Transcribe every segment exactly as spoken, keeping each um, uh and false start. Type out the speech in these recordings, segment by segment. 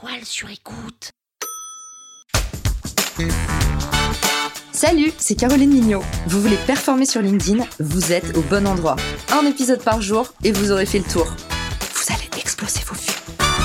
poil sur écoute. Salut, c'est Caroline Mignot. Vous voulez performer sur LinkedIn? Vous êtes au bon endroit. Un épisode par jour et vous aurez fait le tour. Vous allez exploser vos vues.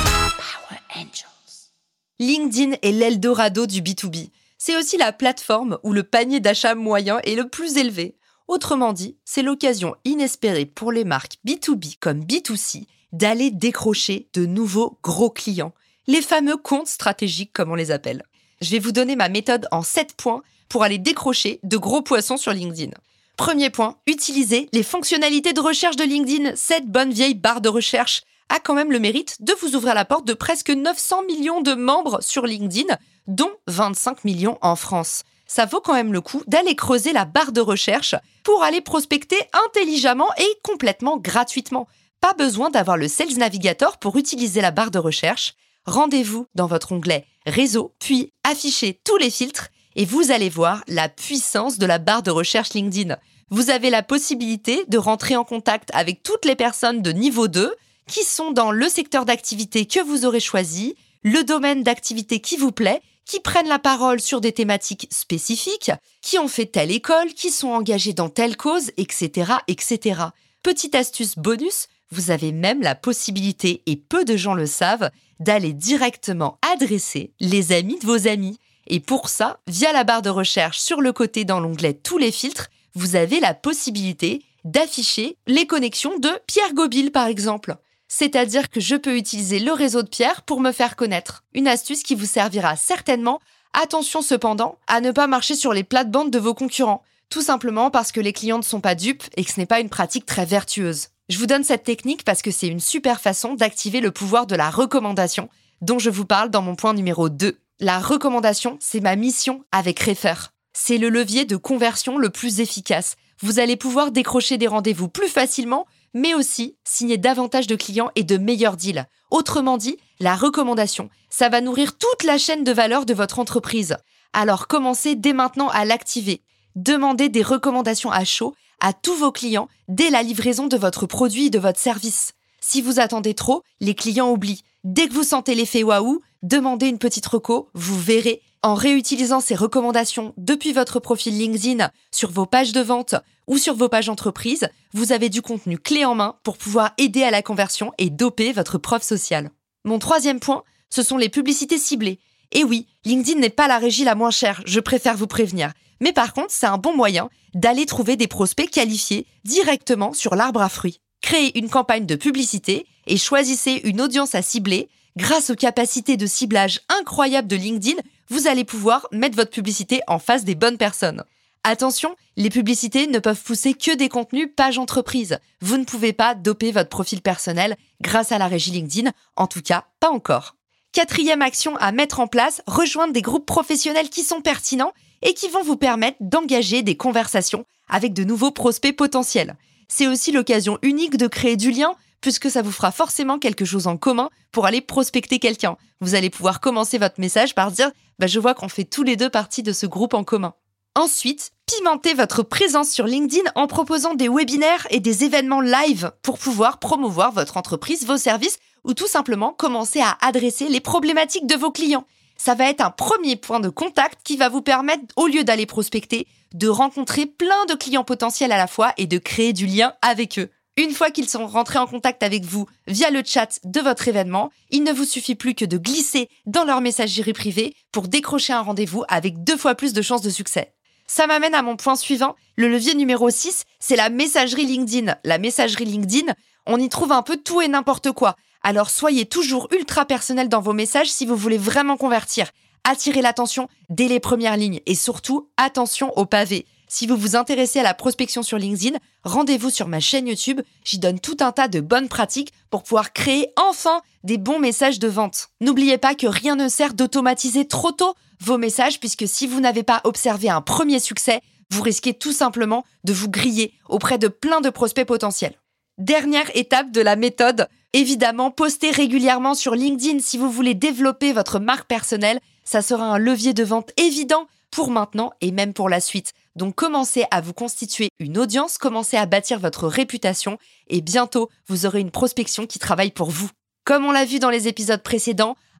Power Angels. LinkedIn est l'Eldorado du B deux B. C'est aussi la plateforme où le panier d'achat moyen est le plus élevé. Autrement dit, c'est l'occasion inespérée pour les marques B deux B comme B deux C d'aller décrocher de nouveaux gros clients. Les fameux comptes stratégiques comme on les appelle. Je vais vous donner ma méthode en sept points pour aller décrocher de gros poissons sur LinkedIn. Premier point, utilisez les fonctionnalités de recherche de LinkedIn. Cette bonne vieille barre de recherche a quand même le mérite de vous ouvrir la porte de presque neuf cents millions de membres sur LinkedIn, dont vingt-cinq millions en France. Ça vaut quand même le coup d'aller creuser la barre de recherche pour aller prospecter intelligemment et complètement gratuitement. Pas besoin d'avoir le Sales Navigator pour utiliser la barre de recherche. Rendez-vous dans votre onglet Réseau, puis affichez tous les filtres et vous allez voir la puissance de la barre de recherche LinkedIn. Vous avez la possibilité de rentrer en contact avec toutes les personnes de niveau deux qui sont dans le secteur d'activité que vous aurez choisi, le domaine d'activité qui vous plaît, qui prennent la parole sur des thématiques spécifiques, qui ont fait telle école, qui sont engagés dans telle cause, et cetera, et cetera. Petite astuce bonus, vous avez même la possibilité, et peu de gens le savent, d'aller directement adresser les amis de vos amis. Et pour ça, via la barre de recherche sur le côté dans l'onglet Tous les filtres, vous avez la possibilité d'afficher les connexions de Pierre Gobil, par exemple. C'est-à-dire que je peux utiliser le réseau de Pierre pour me faire connaître. Une astuce qui vous servira certainement. Attention cependant à ne pas marcher sur les plates-bandes de vos concurrents. Tout simplement parce que les clients ne sont pas dupes et que ce n'est pas une pratique très vertueuse. Je vous donne cette technique parce que c'est une super façon d'activer le pouvoir de la recommandation dont je vous parle dans mon point numéro deux. La recommandation, c'est ma mission avec Refer. C'est le levier de conversion le plus efficace. Vous allez pouvoir décrocher des rendez-vous plus facilement, mais aussi signer davantage de clients et de meilleurs deals. Autrement dit, la recommandation, ça va nourrir toute la chaîne de valeur de votre entreprise. Alors commencez dès maintenant à l'activer. Demandez des recommandations à chaud à tous vos clients dès la livraison de votre produit et de votre service. Si vous attendez trop, les clients oublient. Dès que vous sentez l'effet waouh, demandez une petite reco, vous verrez. En réutilisant ces recommandations depuis votre profil LinkedIn, sur vos pages de vente ou sur vos pages entreprises, vous avez du contenu clé en main pour pouvoir aider à la conversion et doper votre preuve sociale. Mon troisième point, ce sont les publicités ciblées. Et oui, LinkedIn n'est pas la régie la moins chère, je préfère vous prévenir. Mais par contre, c'est un bon moyen d'aller trouver des prospects qualifiés directement sur l'arbre à fruits. Créez une campagne de publicité et choisissez une audience à cibler. Grâce aux capacités de ciblage incroyables de LinkedIn, vous allez pouvoir mettre votre publicité en face des bonnes personnes. Attention, les publicités ne peuvent pousser que des contenus page entreprise. Vous ne pouvez pas doper votre profil personnel grâce à la régie LinkedIn, en tout cas, pas encore. Quatrième action à mettre en place, rejoindre des groupes professionnels qui sont pertinents et qui vont vous permettre d'engager des conversations avec de nouveaux prospects potentiels. C'est aussi l'occasion unique de créer du lien puisque ça vous fera forcément quelque chose en commun pour aller prospecter quelqu'un. Vous allez pouvoir commencer votre message par dire bah, « je vois qu'on fait tous les deux partie de ce groupe en commun ». Ensuite, pimentez votre présence sur LinkedIn en proposant des webinaires et des événements live pour pouvoir promouvoir votre entreprise, vos services ou tout simplement commencer à adresser les problématiques de vos clients. Ça va être un premier point de contact qui va vous permettre, au lieu d'aller prospecter, de rencontrer plein de clients potentiels à la fois et de créer du lien avec eux. Une fois qu'ils sont rentrés en contact avec vous via le chat de votre événement, il ne vous suffit plus que de glisser dans leur messagerie privée pour décrocher un rendez-vous avec deux fois plus de chances de succès. Ça m'amène à mon point suivant. Le levier numéro six, c'est la messagerie LinkedIn. La messagerie LinkedIn, on y trouve un peu tout et n'importe quoi. Alors soyez toujours ultra personnel dans vos messages si vous voulez vraiment convertir. Attirez l'attention dès les premières lignes et surtout, attention aux pavés. Si vous vous intéressez à la prospection sur LinkedIn, rendez-vous sur ma chaîne YouTube. J'y donne tout un tas de bonnes pratiques pour pouvoir créer enfin des bons messages de vente. N'oubliez pas que rien ne sert d'automatiser trop tôt vos messages puisque si vous n'avez pas observé un premier succès, vous risquez tout simplement de vous griller auprès de plein de prospects potentiels. Dernière étape de la méthode, évidemment, postez régulièrement sur LinkedIn si vous voulez développer votre marque personnelle. Ça sera un levier de vente évident pour maintenant et même pour la suite. Donc commencez à vous constituer une audience, commencez à bâtir votre réputation et bientôt vous aurez une prospection qui travaille pour vous. Comme on l'a vu dans les épisodes précédents,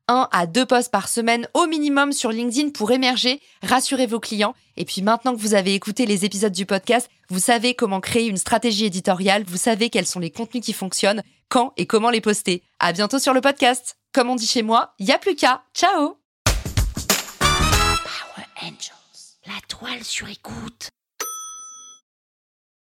un à deux posts par semaine au minimum sur LinkedIn pour émerger, rassurer vos clients. Et puis maintenant que vous avez écouté les épisodes du podcast, vous savez comment créer une stratégie éditoriale, vous savez quels sont les contenus qui fonctionnent, quand et comment les poster. À bientôt sur le podcast. Comme on dit chez moi, y a plus qu'à. Ciao! Power Angels, la toile sur écoute.